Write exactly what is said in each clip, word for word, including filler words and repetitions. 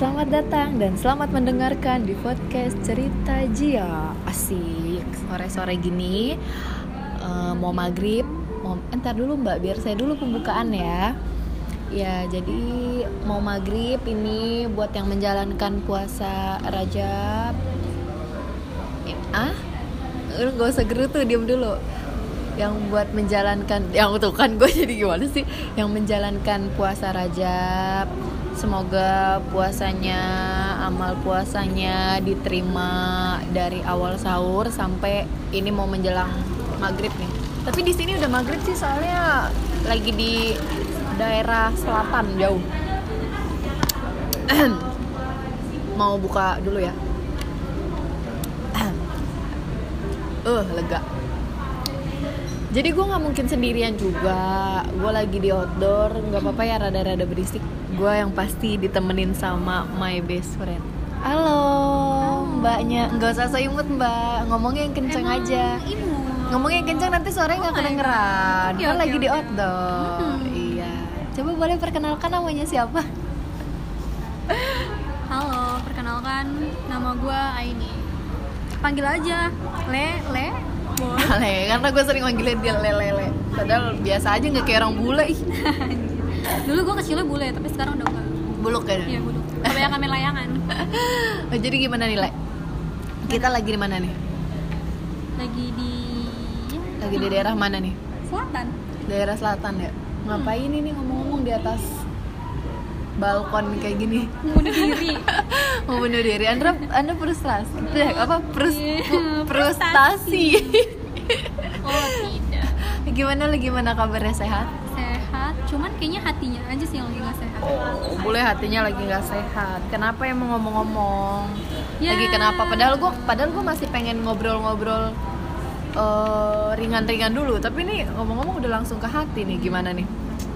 Selamat datang dan selamat mendengarkan di podcast Cerita Jia. Asik, sore-sore gini uh, mau maghrib, mau entar dulu mbak, biar saya dulu pembukaan ya. Ya, jadi mau maghrib ini buat yang menjalankan puasa Rajab. Ah, lu gak usah gerutu, diem dulu. Yang buat menjalankan, yang tuh kan gue jadi gimana sih? Yang menjalankan puasa Rajab. Semoga puasanya, amal puasanya diterima dari awal sahur sampai ini mau menjelang maghrib nih. Tapi di sini udah maghrib sih, soalnya lagi di daerah selatan jauh. Mau buka dulu ya. Uh, lega. Jadi gue nggak mungkin sendirian juga. Gue lagi di outdoor, nggak apa-apa ya rada-rada berisik. Gue yang pasti ditemenin sama my best friend. Halo, mbaknya. Nggak usah so imut mbak, ngomongnya yang kenceng Emang aja. imut. Ngomongnya yang kenceng nanti suaranya nggak Oh kedengeran. okay, Kan okay, lagi okay. di outdoor. Hmm. Iya. Coba boleh perkenalkan namanya siapa? Halo, perkenalkan nama gue Aini. Panggil aja Le, Le, boleh. Ale, karena gue sering manggilnya dia lele-lele. Padahal biasa aja, nggak kayak orang bule. Ih. Dulu gue kecilnya bule, tapi sekarang udah enggak. Buluk kayaknya. Iya, buluk. Kebanyakan main layangan. Oh, jadi gimana nih, Le? Kita lagi di mana nih? Lagi di Lagi di daerah mana nih? selatan. Daerah selatan ya. Ngapain ini ngomong-ngomong di atas balkon kayak gini? Bunuh diri. Mau bunuh diri. Anda Anda frustasi. Itu ya, apa? Frus, Iya, frustasi. Oh tidak. Gimana lu, gimana kabarnya, sehat? Sehat, cuman kayaknya hatinya aja sih yang lagi gak sehat. Oh, boleh hatinya lagi nggak sehat. Kenapa emang ngomong-ngomong? Ya. Lagi kenapa? Padahal gue padahal gue masih pengen ngobrol-ngobrol uh, ringan-ringan dulu. Tapi nih ngomong-ngomong udah langsung ke hati nih. Gimana nih?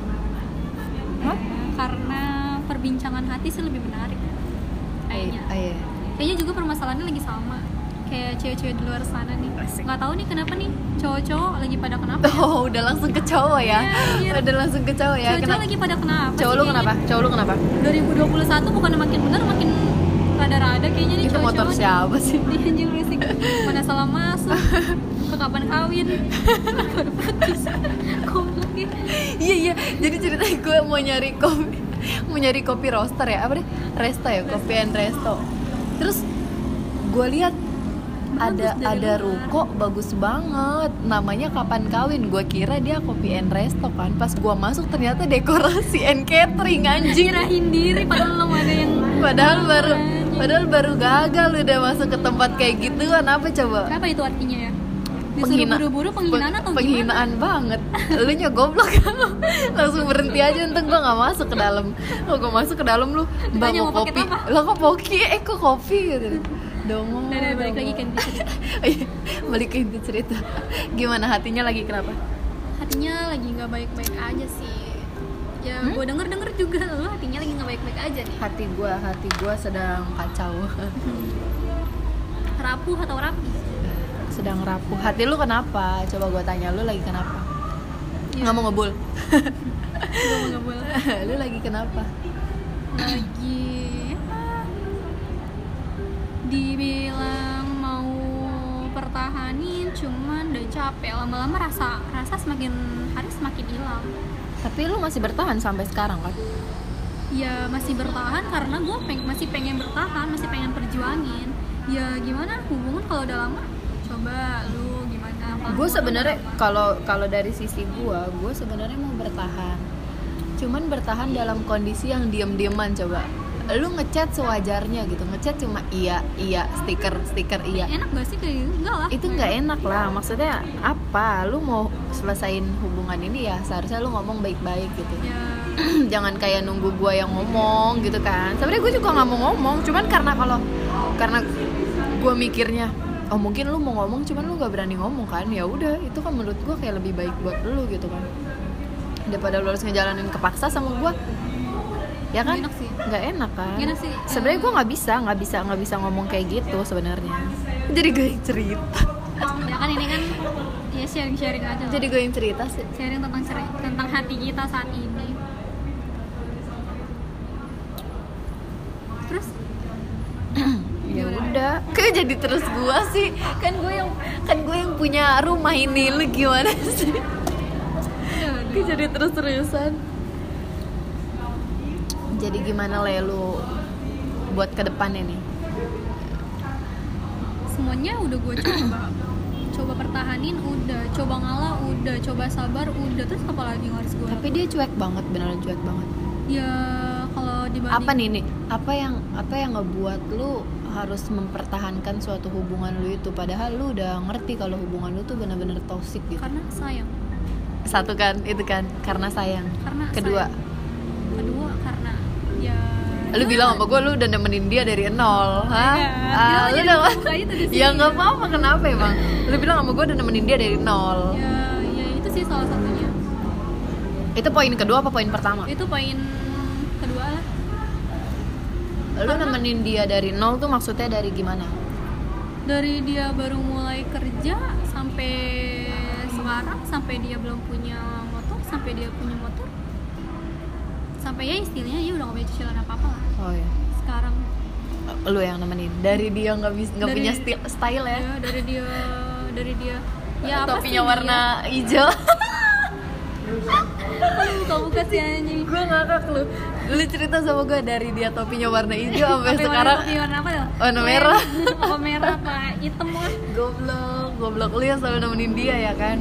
Hah? Karena perbincangan hati sih lebih menarik kayaknya. Ah, iya. Kayaknya juga permasalahannya lagi sama kayak cewek-cewek di luar sana nih. Asik. Nggak tahu nih kenapa nih cowok-cowok lagi pada kenapa ya? Oh, udah langsung ke cowok ya? Iya, iya. Udah langsung ke cowok ya? Cowok-cowok lagi pada kenapa Cowok sih lu kayaknya? kenapa? Cowok lu kenapa? dua ribu dua puluh satu bukan makin bener makin rada-rada kayaknya nih Itu cowok-cowok motor nih. siapa sih? Di anjing berisik. Mana salah masuk, ke kapan kawin, baru putus. Goblok ya. Iya iya. Jadi ceritanya gue mau nyari kopi, mau nyari kopi roaster ya, apa deh? Resto ya, kopi and resto. Terus gue lihat ada Bagus dari ada luar. ruko bagus banget, namanya Kapan Kawin. Gue kira dia kopi and resto kan. Pas gue masuk ternyata dekorasi and catering, anjing. Nyerahin diri padahal belum ada yang Padahal baru anjing. padahal baru gagal udah masuk ke tempat kayak gitu kan. Apa coba? Apa itu artinya ya? Disuruh Penghina- buru-buru penghinaan peng- atau penghinaan banget. Lu nya goblok. Langsung berhenti aja, untung gue nggak masuk ke dalam. Kalau gue masuk ke dalam lu, mbak Ditanya mau mau paket kopi? apa? Lo kok kopi? Eh kok kopi gitu. Dong. Udah, udah, balik lagi ke inti cerita. Balik ke inti cerita. Gimana hatinya lagi kenapa? Hatinya lagi nggak baik-baik aja sih. Ya Hmm? gue denger-denger juga lu hatinya lagi nggak baik-baik aja nih. Hati gue, hati gue sedang kacau. Rapuh atau rapi? Sedang rapuh. Hati lu kenapa? Coba gue tanya, lu lagi kenapa? Ya. Nggak mau ngebul. Gue mau nggak boleh. Lu lagi kenapa? Lagi ya, dibilang mau pertahanin, cuman udah capek. Lama-lama rasa rasa semakin hari semakin hilang. Tapi lu masih bertahan sampai sekarang kan? Ya masih bertahan karena gue peng masih pengen bertahan, masih pengen perjuangin. Ya gimana hubungan kalau udah lama? Coba lu gimana? Kalau Gue hubungan sebenarnya udah lama. kalau kalau dari sisi gue, gue sebenarnya mau bertahan. Cuman bertahan dalam kondisi yang diem-dieman. Coba lu ngechat sewajarnya gitu, ngechat cuma iya iya stiker stiker iya. Enak gak sih kayak gitu? Enggak lah. Itu nggak enak lah. Maksudnya apa? Lu mau selesain hubungan ini ya seharusnya lu ngomong baik-baik gitu. Ya Jangan kayak nunggu gue yang ngomong gitu kan. Sebenarnya gue juga nggak mau ngomong, cuman karena kalau karena gue mikirnya oh mungkin lu mau ngomong cuman lu nggak berani ngomong kan, ya udah itu kan menurut gue kayak lebih baik buat lu gitu kan, daripada lu harus ngejalanin kepaksa sama gue, ya kan? Nggak enak sih. Nggak enak kan? Nggak enak sih. Sebenarnya gue nggak bisa nggak bisa nggak bisa ngomong kayak gitu sebenarnya. Jadi gue yang cerita. ya kan ini kan ya sharing-sharing aja. Jadi gue yang cerita sih. Sharing tentang ceri- tentang hati kita saat ini. Terus Iya, kayak jadi terus gue sih. Kan gue yang kan gue yang punya rumah ini, lu gimana sih? Kayak jadi terus-terusan. Jadi gimana le lu buat ke depannya nih? Semuanya udah gue coba. Coba pertahanin udah, coba ngalah udah, coba sabar udah, terus apa lagi yang harus gue? Tapi dia cuek banget, beneran cuek banget. Ya kalau dibanding Apa nih nih? Apa yang apa yang ngebuat lu harus mempertahankan suatu hubungan lu itu, padahal lu udah ngerti kalau hubungan lu tuh benar-benar toksik gitu. Karena sayang. Satu kan, itu kan karena sayang. Karena Kedua, sayang. Kedua karena ya lu bilang sama gue lu udah nemenin dia dari nol, hah? Iya, Ah, lu jadi udah buka itu di sini. ya nggak apa-apa, kenapa emang? Lu bilang sama gue udah nemenin dia dari nol. ya ya itu sih salah satunya. Itu poin kedua apa poin pertama? Itu poin kedua lah. Lu nemenin dia dari nol tuh maksudnya dari gimana? Dari dia baru mulai kerja sampai sekarang, sampai dia belum punya motor, sampai dia punya motor, sampai ya istilahnya dia udah gak punya cicilan apa-apa lah Oh ya. sekarang. Lu yang nemenin. Dari dia nggak bisa nggak Dari- punya style, style ya? Ya dari dia dari dia ya apa Topinya sih warna hijau. kamu kasih anjing. Gue ngakak lu. Lu cerita sama gue dari dia topinya warna hijau sampai sekarang Topi warna apa tuh? warna merah. Apa merah apa hitam lah. Goblok, goblok lu yang selalu nemenin dia ya kan?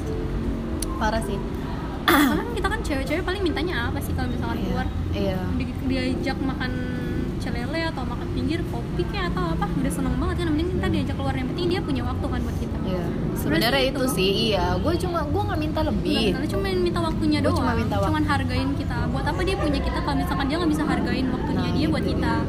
Parah sih. Karena kita kan cewek-cewek paling mintanya apa sih kalau misalkan Iya. keluar? Iya. Di- diajak makan celele atau makan pinggir kopi kayak atau apa udah seneng banget kan, mending kita diajak keluar, yang penting dia punya waktu kan buat kita. Iya. Sebenarnya itu sih, iya. Gue cuma gue nggak minta lebih. Karena cuma minta waktunya Gua doang, cuma minta waktu. cuman hargain kita. Buat apa dia punya kita kalau misalkan dia nggak bisa hargain waktunya Nah, dia buat itu. kita.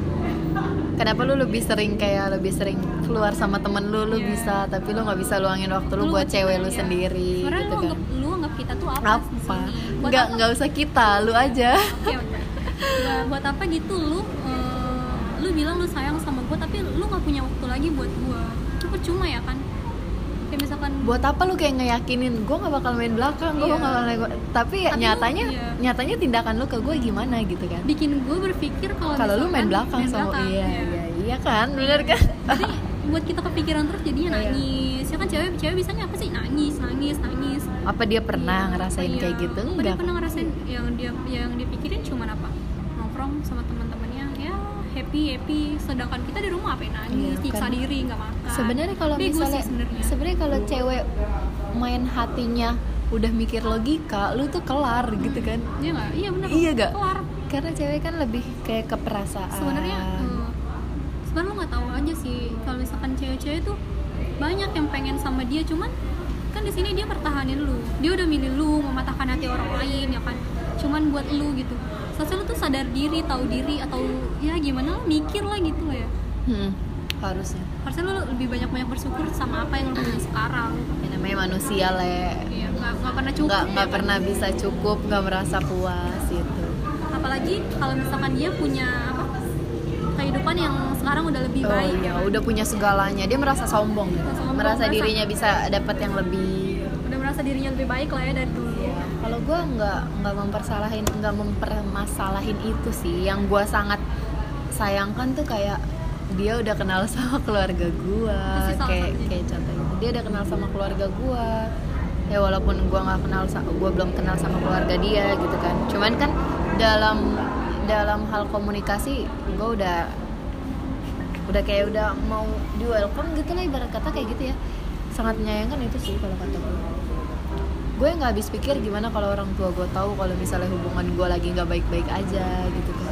Kenapa lu lebih sering kayak lebih sering keluar sama temen lu, lu Iya. bisa, tapi lu nggak bisa luangin waktu lu, Lu buat buat cewek kita, lu iya. sendiri Sebenarnya gitu lu kan? anggap lu anggap kita tuh apa, di Apa? sini? Buat Nggak apa? nggak usah kita, lu aja. Oke, oke. Nggak, buat apa gitu lu eh, lu bilang lu sayang sama gue tapi lu nggak punya waktu lagi buat gue, itu percuma ya kan? Kayak misalkan Buat apa lu kayak ngeyakinin gue nggak bakal main belakang, gue Iya. nggak bakal main belakang. Tapi ya Tapi lu- nyatanya iya. nyatanya tindakan lu ke gue gimana gitu kan? bikin gue berpikir kalau Kalau lu main misalkan belakang main sama belakang, iya, iya. iya iya kan, bener kan? Jadi buat kita kepikiran terus jadinya Iya. nangis. Ya kan cewek cewek bisanya apa sih? Nangis, nangis, nangis. Apa dia pernah Iya, ngerasain iya. kayak gitu? Apa Enggak. dia pernah ngerasain yang dia yang dia pikirin cuma apa? Nongkrong sama teman-temannya, ya happy happy. Sedangkan kita di rumah apa ya, nangis, Iya, nyiksa kan. diri, nggak makan. Sebenarnya kalau Bego sih misalnya sebenarnya. sebenarnya kalau cewek main hatinya udah mikir logika, lu tuh kelar gitu kan? Iya nggak? Iya benar. Iya nggak? Kelar. Karena cewek kan lebih kayak ke perasaan. Sebenarnya eh, sebenarnya lo nggak tahu aja sih kalau misalkan cewek-cewek tuh banyak yang pengen sama dia, cuman kan di sini dia pertahanin lu, dia udah milih lu, mematahkan hati orang lain ya kan, cuman buat lu gitu. Seharusnya lu tuh sadar diri, tahu diri, atau ya gimana lo mikir lah gitu ya. Hmm, harusnya. Harusnya lu lebih banyak-banyak bersyukur sama apa yang lu punya sekarang. Ya, namanya manusia le. Iya, nggak nggak pernah cukup. Nggak ya nggak kan? pernah bisa cukup, nggak merasa puas gitu. Apalagi kalau misalkan dia punya apa kehidupan yang sekarang udah lebih Oh baik. iya, ya kan? udah punya segalanya, dia merasa sombong, gitu. Sombong, merasa merasa- dirinya bisa dapat yang lebih. Udah merasa dirinya lebih baik lah ya dari dulu. Ya, kalau gue nggak nggak mempersalahin nggak mempermasalahin itu sih. Yang gue sangat sayangkan tuh kayak dia udah kenal sama keluarga gue, Itu sih salah kayak satunya. kayak contoh gitu. Dia udah kenal sama keluarga gue. Ya walaupun gue nggak kenal, gue belum kenal sama keluarga dia gitu kan. Cuman kan dalam dalam hal komunikasi gue udah udah kayak udah mau di welcome gitu lah, ibarat kata kayak gitu ya. Sangat menyayangkan itu sih kalau kata gue. Gue nggak habis pikir gimana kalau orang tua gue tahu kalau misalnya hubungan gue lagi nggak baik-baik aja gitu kan.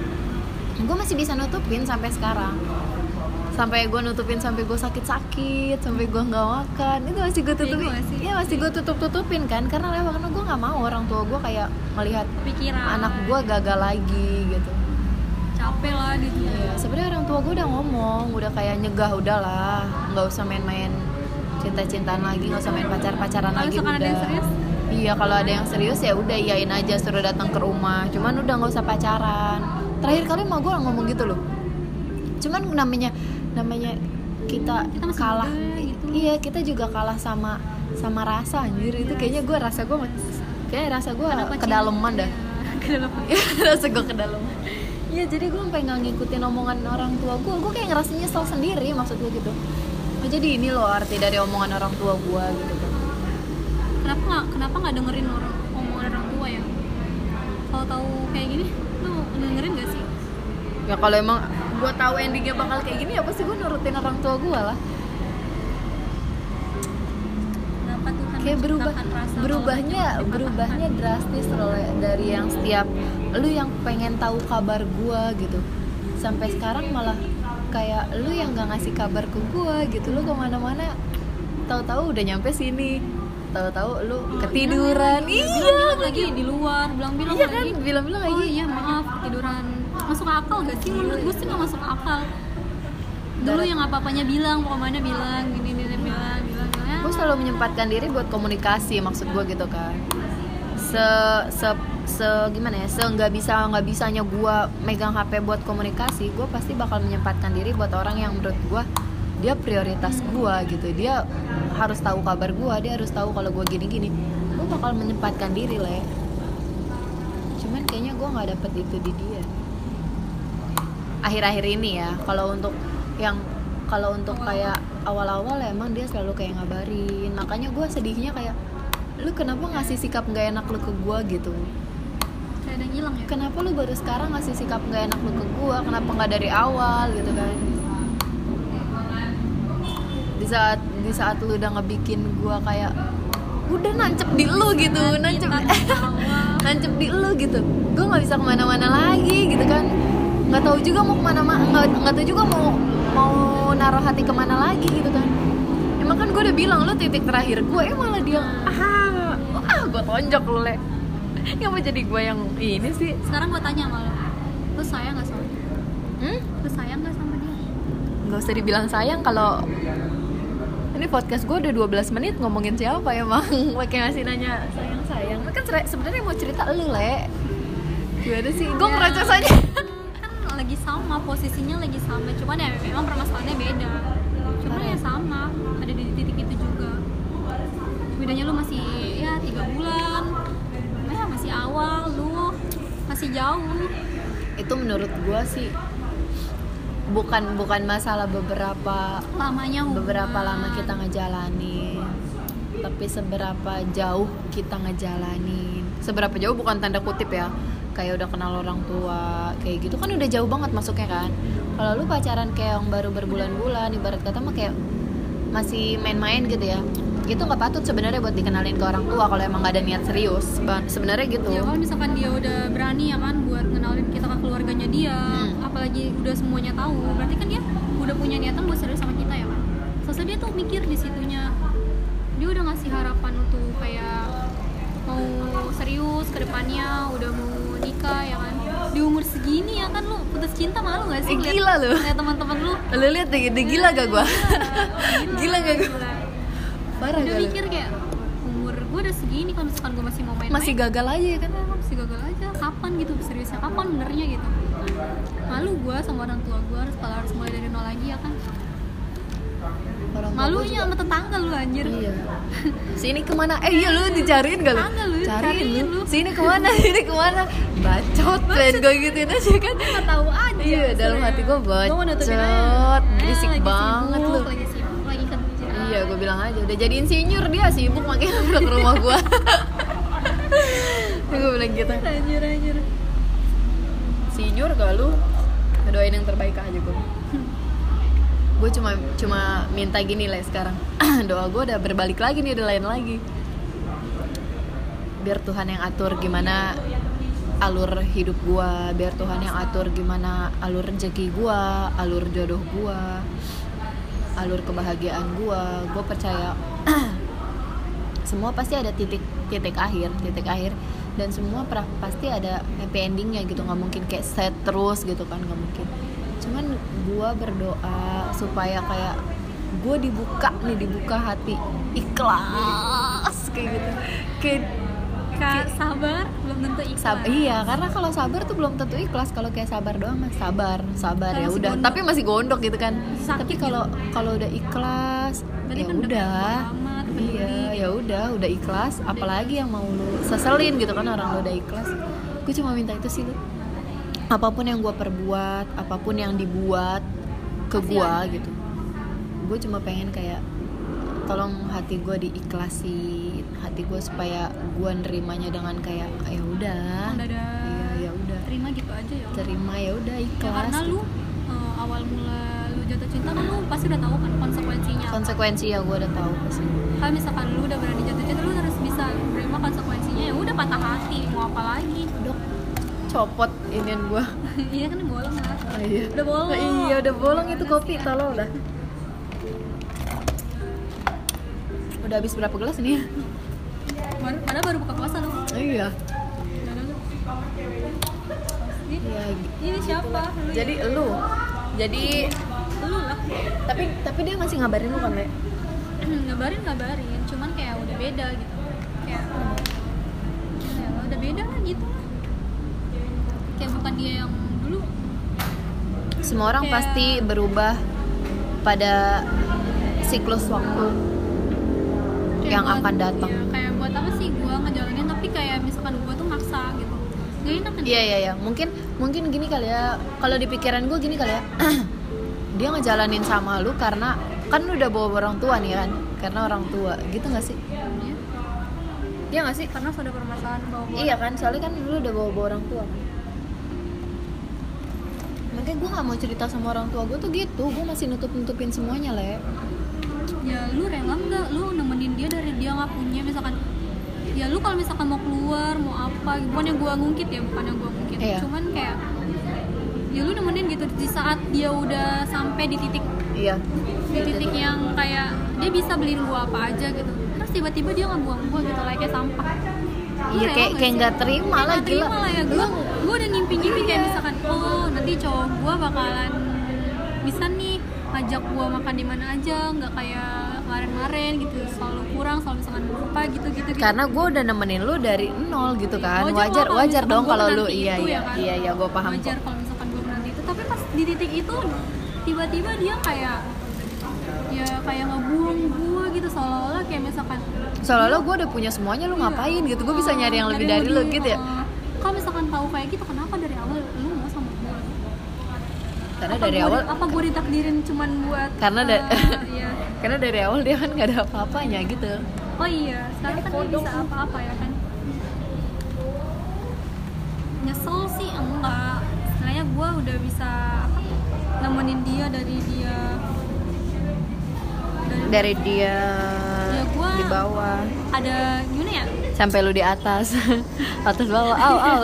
Gue masih bisa nutupin sampai sekarang, sampai gue nutupin sampai gue sakit-sakit, sampai gue nggak makan, itu masih gue tutupin. Bego sih. Iya masih gue tutup-tutupin kan, karena apa? Karena gue nggak mau orang tua gue kayak melihat Pikiran anak gue gagal lagi gitu. capek lah di sini. Iya, sebenarnya orang tua gue udah ngomong, udah kayak nyegah, udahlah, nggak usah main-main cinta-cintaan lagi, nggak usah main pacar-pacaran Kalau lagi, misalkan udah. ada yang serius? Iya, kalau ada yang serius ya udah iyain aja, suruh datang ke rumah. Cuman udah nggak usah pacaran. Terakhir kali mah gue ngomong gitu loh. Cuman namanya namanya kita, Kita masih kalah, muda, gitu. iya kita juga kalah sama sama rasa anjir. Itu kayaknya gue rasa gue kayak rasa gue Kenapa kedalaman cinta? dah. Kedalaman. rasa gue kedalaman. Ya Iya, jadi gue sampai nggak ngikutin omongan orang tua gue. Gue kayak ngerasa nyesel sendiri, maksud gue gitu. Oh, jadi ini loh arti dari omongan orang tua gue gitu kan. Kenapa nggak kenapa nggak dengerin orang omongan orang tua ya? Kalau tahu kayak gini, lu dengerin gak sih? Ya kalau emang gue tahu endingnya bakal kayak gini ya pasti gue nurutin orang tua gue lah. Kenapa Tuhan Kayak berubah, menciptakan rasa berubahnya, kalau berubahnya drastis loh Le. Dari yang setiap lu yang pengen tahu kabar gue gitu, sampai sekarang malah kayak lu yang nggak ngasih kabar ke gue gitu. Lu kemana-mana, tahu-tahu udah nyampe sini, tahu-tahu lu ketiduran. Iya, Iya, bilang lagi di luar, bilang-bilang iya lagi. kan, bilang-bilang Oh lagi. iya maaf ketiduran. Masuk akal gak sih? Menurut gue sih nggak masuk akal. Dulu yang apa-apanya bilang, mau kemana bilang, gini gini bilang, bilang, bilang. Gue selalu menyempatkan diri buat komunikasi, maksud gue gitu kan. Se se se gimana ya? Se nggak bisa nggak bisanya gue megang H P buat komunikasi, gue pasti bakal menyempatkan diri buat orang yang menurut gue dia prioritas gue gitu. Dia harus tahu kabar gue, dia harus tahu kalau gue gini-gini. Gue bakal menyempatkan diri Le. Cuman kayaknya gue nggak dapet itu di dia. Akhir-akhir ini ya, kalau untuk yang kalau untuk kayak awal-awal ya, emang dia selalu kayak ngabarin. Makanya gue sedihnya kayak, lu kenapa ngasih sikap nggak enak lu ke gue gitu? Kayak ada yang hilang ya. Kenapa lu baru sekarang ngasih sikap nggak enak lu ke gue? Kenapa nggak dari awal gitu kan? Di saat di saat lu udah ngebikin gue kayak udah nancep di lu gitu, nancep nancep di lu gitu. Gue nggak bisa kemana-mana lagi gitu kan? Nggak tahu juga mau kemana, nggak nggak tahu juga mau mau naruh hati kemana lagi gitu kan. Emang kan gue udah bilang lu titik terakhir gue, eh malah dia ah ah gue tonjok lu Le. Yang mau jadi gue yang ini sih. Sekarang gue tanya sama lo, lu sayang gak sama dia? Hmm? Lu sayang gak sama dia? Nggak usah dibilang sayang kalau ini podcast gue udah dua belas menit ngomongin siapa ya Mang. Pakai ngasih nanya sayang sayang. Kan sebenarnya mau cerita lu Le. Gimana sih? Gue ngerasa aja. Kan lagi sama, posisinya lagi sama, cuman ya memang permasalahannya beda. Cuman ya sama, ada di titik itu juga. Bedanya lu masih ya tiga bulan, ya masih awal, lu masih jauh. Itu menurut gue sih bukan bukan masalah beberapa Lamanya hubungan. beberapa lama kita ngejalanin, tapi seberapa jauh kita ngejalanin. Seberapa jauh bukan tanda kutip ya, kayak udah kenal orang tua kayak gitu kan udah jauh banget masuknya kan. Kalau lu pacaran kayak yang baru berbulan-bulan, ibarat kata mah kayak masih main-main gitu ya, itu nggak patut sebenarnya buat dikenalin ke orang tua kalau emang nggak ada niat serius sebenarnya gitu. Ya kalau misalkan dia udah berani ya kan buat ngenalin kita ke keluarganya dia, hmm. apalagi udah semuanya tahu, berarti kan dia udah punya niatan buat serius sama kita ya kan. Soalnya dia tuh mikir di situnya, dia udah ngasih harapan untuk kayak mau serius ke depannya, udah mau nikah ya kan. Di umur segini ya kan lu putus cinta, malu gak sih? Eh, gila lu. Lihat teman-teman lu. Lu lihat deh, deh gila gak gua? Gila, gila gak gua? gila. Parah Udah gak mikir kayak umur gue udah segini, kalau misalkan gue masih mau main-main masih gagal aja ya kan? Masih gagal aja, kapan gitu seriusnya, kapan benernya gitu. Malu gue sama orang tua gue, harus kalau harus mulai dari nol lagi ya kan. Orang tua Malunya gua juga- sama tetangga lu anjir. Iya. Sini kemana? Eh iya lu dicariin gak lu? Tetangga lu, Cariin cariin lu. lu. Sini kemana? Sini kemana? Bacot pengen gue gituin aja kan. Gak tahu aja. Iya dalam hati gue Gua mau nutupin aja. bacot. Eh, Berisik lagi banget sibuk, lu. Lagi sibuk, lagi kerja. Iya gue bilang aja udah jadi insinyur dia sibuk makanya udah ke rumah gue. Gue bilang gitu. Anjir anjir. Insinyur gak lu? Ngedoain yang terbaik aja gue. Gue cuma cuma minta gini lah sekarang. Doa gue udah berbalik lagi nih, udah lain lagi. Biar Tuhan yang atur gimana alur hidup gue, biar Tuhan yang atur gimana alur rezeki gue, alur jodoh gue, alur kebahagiaan gue. Gue percaya semua pasti ada titik titik akhir, titik akhir dan semua pra- pasti ada happy endingnya gitu. Nggak mungkin kayak sad terus gitu kan, nggak mungkin. Cuman gue berdoa supaya kayak gue dibuka nih, dibuka hati, ikhlas kayak gitu. Kayak Kak, sabar belum tentu ikhlas. Sab- iya, karena kalau sabar tuh belum tentu ikhlas. Kalau kayak sabar doang mah sabar, sabar Kalau ya masih udah. gondok. Tapi masih gondok gitu kan. Sakit Tapi kalau kalau udah ikhlas, Berarti ya kan udah udah. bodo amat, peduli. Iya, ya udah, udah ikhlas. Apalagi yang mau lu seselin gitu kan orang lu udah ikhlas. Gue cuma minta itu sih lu. apapun yang gue perbuat, apapun yang dibuat ke Pasti gue ada. gitu, gue cuma pengen kayak tolong hati gue diikhlasin, hati gue supaya gue nerimanya dengan kayak ya udah, Udah ada. iya ya udah, Terima gitu aja ya. terima ya udah, Ya, ikhlas. karena lu gitu. eh, awal mula lu jatuh cinta kan lu pasti udah tahu kan konsekuensinya. Konsekuensi ya gue udah tahu pasti. Kalau misalkan lu udah berani jatuh cinta, lu harus bisa menerima konsekuensinya. Ya udah, patah hati, mau apa lagi? Dok, copot inian gue. Iya kan bolong lah. Oh, iya. Udah bolong. Iya udah bolong itu kopi, tolong dah. Udah habis berapa gelas nih? Baru, padahal baru buka puasa lu. Iya. Ini, Iya. ini siapa? Lu Jadi elu. Jadi ya? Lu lah. tapi tapi dia masih ngabarin lu kan, Le? ngabarin ngabarin, cuman kayak udah beda gitu. Kayak ya, udah beda lah gitu lah. Kayak bukan dia yang dulu. Semua orang Kayak- pasti berubah pada siklus waktu Kayak yang buat- akan datang. ya, kayak buat apa sih gua ngejalanin, tapi kayak misalkan gua tuh maksa gitu, gak enak kan? Iya iya iya. Mungkin mungkin gini kali ya. Kalau di pikiran gue gini kali ya. Dia ngejalanin sama lu karena kan lu udah bawa orang tua nih kan. Karena orang tua, gitu nggak sih? Iya. Iya nggak sih? Karena sudah permasalahan bawa-bawa. Iya kan, soalnya kan lu udah bawa bawa orang tua kan. Makanya gue nggak mau cerita sama orang tua gue tuh gitu. Gue masih nutup nutupin semuanya, Le. Ya lu rela nggak lu nemenin dia dari dia nggak punya, misalkan ya lu kalau misalkan mau keluar mau apa, bukan yang gua ngungkit ya, bukan yang gua ngungkit, Iya. cuman kayak ya lu nemenin gitu di saat dia udah sampai di titik Iya. di titik yang kayak dia bisa beliin gua apa aja gitu, terus tiba-tiba dia nggak buang gua gitu, kayak sampah. Lu Iya rela kayak nggak kayak sih? nggak terima Kayak lah, nggak terima gila. lah ya, gua gua udah ngimpi-ngimpi kayak misalkan oh nanti cowok gua bakalan bisa nih ngajak gua makan di mana aja, nggak kayak kemarin-kemarin gitu selalu kurang, selalu misalkan lupa gitu gitu, gitu. Karena gue udah nemenin lu dari nol gitu kan. Wajar Wajar lah wajar kalau dong misalkan kalau gua lu menanti iya itu, iya ya kan? iya iya gue paham Wajar kok. kalau misalkan gue menanti itu, tapi pas di titik itu tiba-tiba dia kayak ya kayak ngebuang gue gitu, seolah-olah kayak misalkan Soalnya gue udah punya semuanya, lu ngapain gitu? Gue bisa nyari yang lebih dari lu gitu ya. uh, kalau misalkan tahu kayak gitu, kenapa dari awal lu mau sama gue? Karena Apa dari gua- awal apa gue ditakdirin cuman buat Karena da- uh, iya. karena dari awal dia kan nggak ada apa-apanya gitu. Oh iya, sekarang kan dia bisa apa-apa ya kan. Nyesel sih enggak, sebenarnya gue udah bisa apa, nemenin dia dari dia dari, Dari dia Ya, gua- di bawah ada gimana ya, sampai lu di atas. Atas bawah, au au.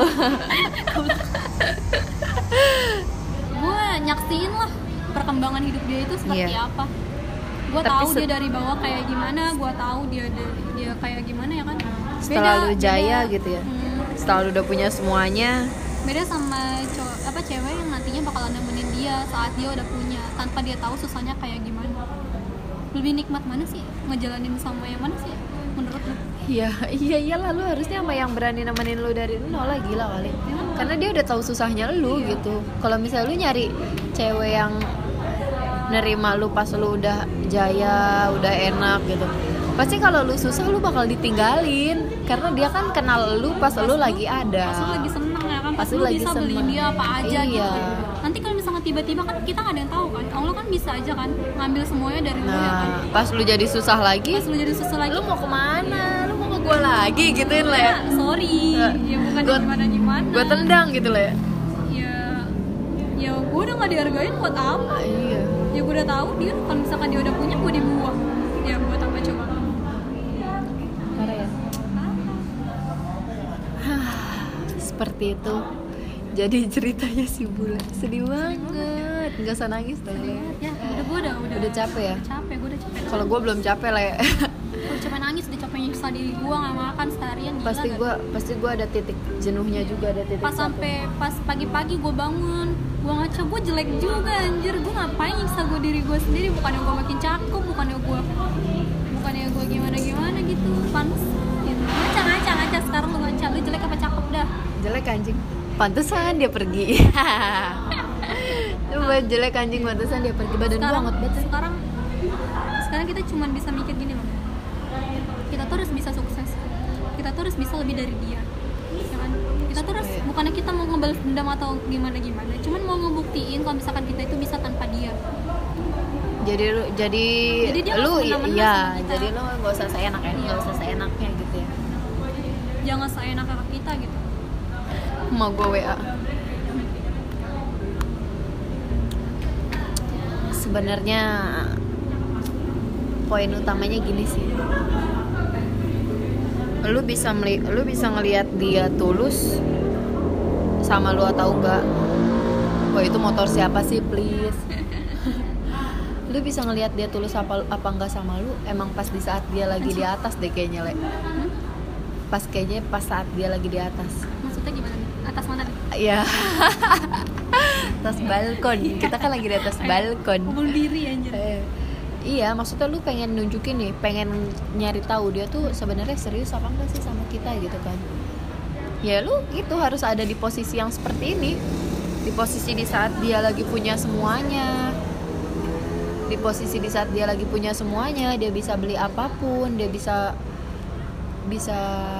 gue nyaksiin lah perkembangan hidup dia itu seperti Iya. apa. Gue Tapi tahu set- dia dari bawah kayak gimana, gue tahu dia dari- dia kayak gimana ya kan. Setelah lu jaya beda. gitu ya. Hmm, Setelah lu udah punya semuanya, beda sama cowok apa cewek yang nantinya bakalan nemenin dia saat dia udah punya, tanpa dia tahu susahnya kayak gimana. Lebih nikmat mana sih ngejalanin sama yang mana sih menurut lu? iya iya iyalah lu harusnya sama yang berani nemenin lu dari nol lah, gila kali. Karena dia udah tahu susahnya lu Iya. gitu. Kalau misalnya lu nyari cewek yang nerima lu pas lu udah jaya, udah enak gitu, pasti kalau lu susah lu bakal ditinggalin. Karena dia kan kenal lu pas, lu lagi ada. Pas lu lagi seneng ya kan, pas, Pas lu lu lagi bisa beliin seneng. dia apa aja Iya. gitu. Nanti kalau misalnya tiba-tiba kan kita nggak ada yang tahu kan, Allah kan bisa aja kan ngambil semuanya dari lu ya kan. Nah, pas lu jadi susah lagi, Pas lu jadi susah lagi, lu mau kemana? Lu mau ke gua lagi gituin lah ya. ya, sorry, Nah, ya bukan gua- gimana gimana. Gua tendang gitu lah ya. Ya, ya gue udah nggak dihargain buat apa? Ah, iya. Ya gue udah tahu dia kalau misalkan dia udah punya gue dibuang. Ya buat apa coba? Parah ya. Seperti itu. Jadi ceritanya si Bula sedih banget. Nggak usah nangis dong, Le. Ya udah gue udah udah Udah capek ya? Udah capek, gue udah capek. Kalau gue belum capek lah ya. Gue capek nangis, udah capek nyiksa diri gue nggak makan seharian. Gila, pasti gak? gue pasti gue ada titik jenuhnya juga, ada titik Pas capek. sampai pas pagi-pagi gue bangun, gue ngaca, gue jelek juga anjir. Gue ngapain nyiksa gue diri gue sendiri? Bukannya gue makin cakep, bukannya gue bukannya gue gimana gimana gitu. Panas gitu. Ngaca ngaca ngaca sekarang lu ngaca, lu jelek apa cakep dah? Jelek anjing, pantesan dia pergi. Coba jelek anjing, pantesan dia pergi. Badan gue Sekarang hangat banget. sekarang sekarang kita cuma bisa mikir gini loh. Kita tuh harus bisa sukses. Kita tuh harus bisa lebih dari dia. ya kan? Kita tuh res, Supaya- bukannya kita mau ngebalas dendam atau gimana gimana, cuman mau ngebuktiin kalau misalkan kita itu bisa tanpa dia. Jadi lu jadi, Jadi dia lu nggak semena-mena ya sama kita. jadi lu nggak usah seenaknya Iya. nggak usah seenaknya gitu ya. Jangan seenaknya ke kita gitu. Mau gue W A. Sebenarnya poin utamanya gini sih. Lu bisa meli- lu bisa ngelihat dia tulus sama lu atau enggak. Wah, itu motor siapa sih, please? Lu bisa ngelihat dia tulus apa apa enggak sama lu emang pas di saat dia lagi di atas deh kayaknya, Le. Hmm? Pas kayaknya pas saat dia lagi di atas. Maksudnya gimana nih? Atas mana nih? Iya. Atas balkon. Kita kan lagi di atas balkon. Bunuh diri anjir. Eh, iya, maksudnya lu pengen nunjukin nih, pengen nyari tahu dia tuh sebenarnya serius apa enggak sih sama kita gitu kan. Ya lu itu harus ada di posisi yang seperti ini. Di posisi di saat dia lagi punya semuanya. Di posisi di saat dia lagi punya semuanya, dia bisa beli apapun, dia bisa bisa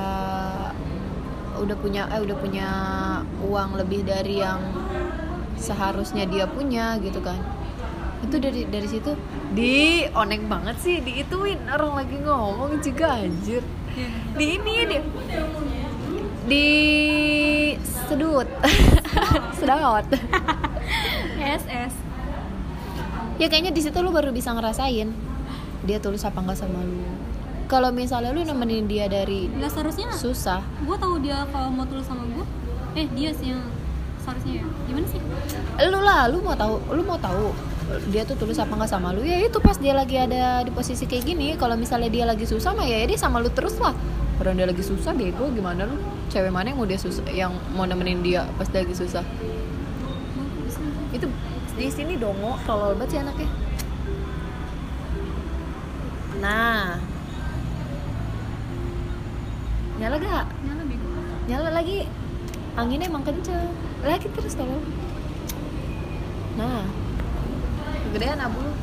udah punya eh udah punya uang lebih dari yang seharusnya dia punya gitu kan. Itu dari dari situ di oneng banget sih, diituin orang lagi ngomong juga anjir. Di ini ya dia di sedut sedot S S. ya kayaknya di situ lu baru bisa ngerasain dia tulus apa enggak sama lu. Kalau misalnya lu nemenin dia dari Lah seharusnya susah, gue tahu dia kalau mau tulus sama gue. Eh dia sih yang seharusnya ya. Gimana sih? lu lah lu mau tahu lu mau tahu dia tuh tulus apa enggak sama lu, ya itu pas dia lagi ada di posisi kayak gini. Kalau misalnya dia lagi susah mah ya dia sama lu terus lah. Orang dia lagi susah bego, gimana lu? Cewek mana yang mau dia susah, yang mau nemenin dia pas dia lagi susah? Itu di sini dongo tolol banget sih anaknya. Nah, nyala gak? Nyala bego. Nyala lagi, anginnya emang kenceng lagi terus tolol. Nah, kegedean abu lu.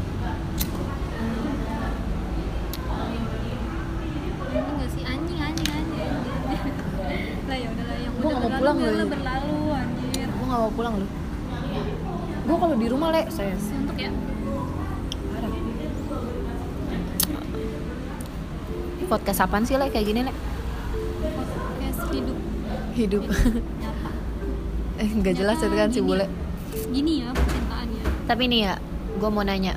Ini nggak sih anjing anjing anjing. Lah ya udahlah yang Gua udah nggak mau berlalu pulang biarlah loh. berlalu anjir. Gue gak mau pulang lu. Gue kalau di rumah le, saya Untuk ya. parah. Podcast apaan sih le kayak gini le? Podcast hidup Hidup. nyata. Eh nggak jelas Nyata itu kan si gini. bule. Gini ya percintaannya. Tapi nih ya, gue mau nanya,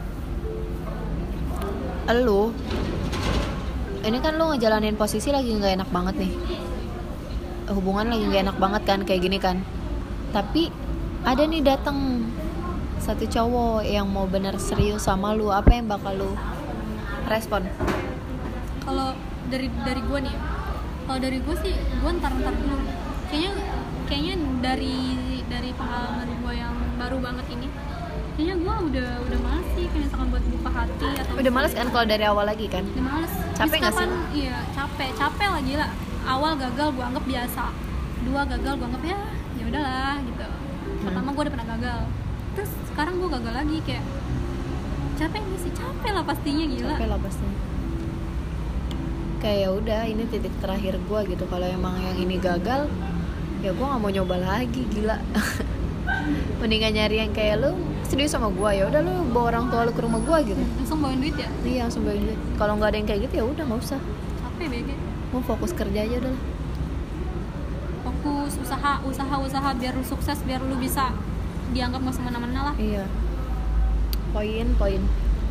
elu, ini kan lu ngejalanin posisi lagi nggak enak banget nih, hubungan lagi nggak enak banget kan kayak gini kan. Tapi ada nih datang satu cowok yang mau bener serius sama lu, apa yang bakal lu respon? Kalau dari dari gue nih, kalau dari gue sih gue ntar ntar dulu. Kayaknya kayaknya dari dari pengalaman gue yang baru banget ini, kayaknya gue udah udah males sih kayak misalkan buat buka hati atau Udah males kan kalau dari awal lagi kan? udah males. Capek nggak sih? Misalkan, iya capek capek lah gila. Awal gagal gue anggap biasa, dua gagal gue anggap ya ya udahlah gitu. Pertama gue udah pernah gagal, terus sekarang gue gagal lagi kayak capek nggak sih? Capek lah pastinya gila. Capek lah pasti. Kayak ya udah ini titik terakhir gue gitu. Kalau emang yang ini gagal, ya gue nggak mau nyoba lagi gila. Mendingan nyari yang kayak lu serius sama gue, ya udah lu bawa orang tua lu ke rumah gue gitu. Langsung bawain duit ya. Iya langsung bawain duit. Kalau nggak ada yang kayak gitu ya udah nggak usah. Capek B G. Mau fokus kerja aja udah lah. Fokus usaha usaha usaha biar lu sukses, biar lu bisa dianggap nggak semena-mena lah. Iya. Poin poin.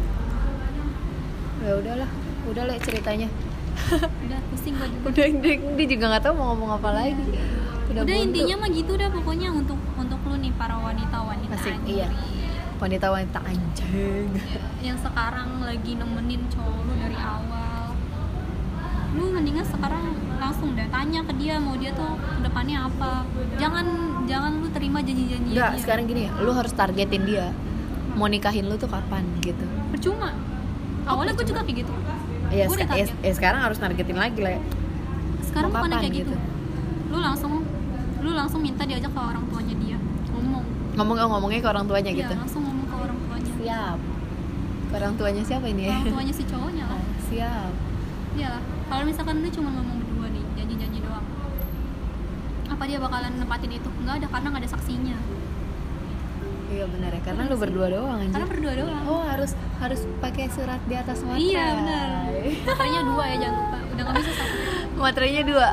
Ya udahlah, udah lah ceritanya. Udah pusing gue juga. Udah dia, dia juga nggak tahu mau ngomong apa lagi. Udah, buntu. intinya mah gitu dah pokoknya untuk untuk lu nih para wanita-wanita Asik, anjir. iya. Wanita-wanita anjing. Yang sekarang lagi nemenin cowok lu dari awal. Lu mendingan sekarang langsung deh tanya ke dia mau dia tuh kedepannya apa. Jangan jangan lu terima janji-janji Enggak, dia. sekarang gini ya, lu harus targetin dia. Mau nikahin lu tuh kapan gitu. Percuma. Awalnya gue juga kayak gitu. Ya, Gua udah ska- ya, target. ya sekarang harus nargetin lagi lah. Sekarang Mau bukannya kapan kayak gitu. gitu? Lu langsung lu langsung minta diajak ke orang tuanya dia. Ngomong. Ngomong ngomongnya ke orang tuanya Iya, gitu. langsung ngomong ke orang tuanya. Siap. Ke orang tuanya siapa ini ya? Orang tuanya si cowoknya lah. Siap. Iyalah. Kalau misalkan lu cuma ngomong berdua nih, janji-janji doang. dia bakalan nempatin itu? Nggak ada, karena nggak ada saksinya. Iya benar ya, karena lu berdua doang anjir. Karena berdua doang. Oh harus harus pakai surat di atas materai. Iya benar. Materainya dua ya, jangan lupa. Udah nggak bisa satu. Materainya dua.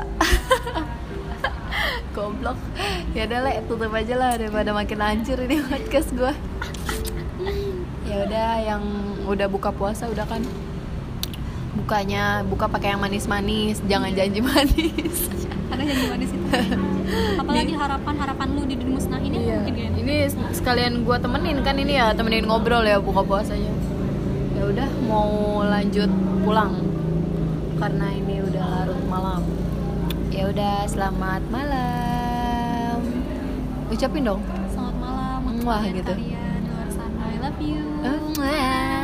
Goblok. Ya udah Le, tutup aja lah daripada makin hancur ini podcast gua. Ya udah, yang udah buka puasa udah kan, bukanya buka pakai yang manis-manis, jangan janji manis. Karena janji manis itu. Apalagi harapan-harapan lu di dimusnahin ya, Iya. mungkin kayak Ini sekalian gua temenin kan ini ya, temenin ngobrol ya buka puasanya. Ya udah mau lanjut pulang karena ini udah larut malam. Ya udah, selamat malam. Ucapin dong. selamat malam untuk Wah, kalian gitu. kalian di luar sana. I love you. Mwah.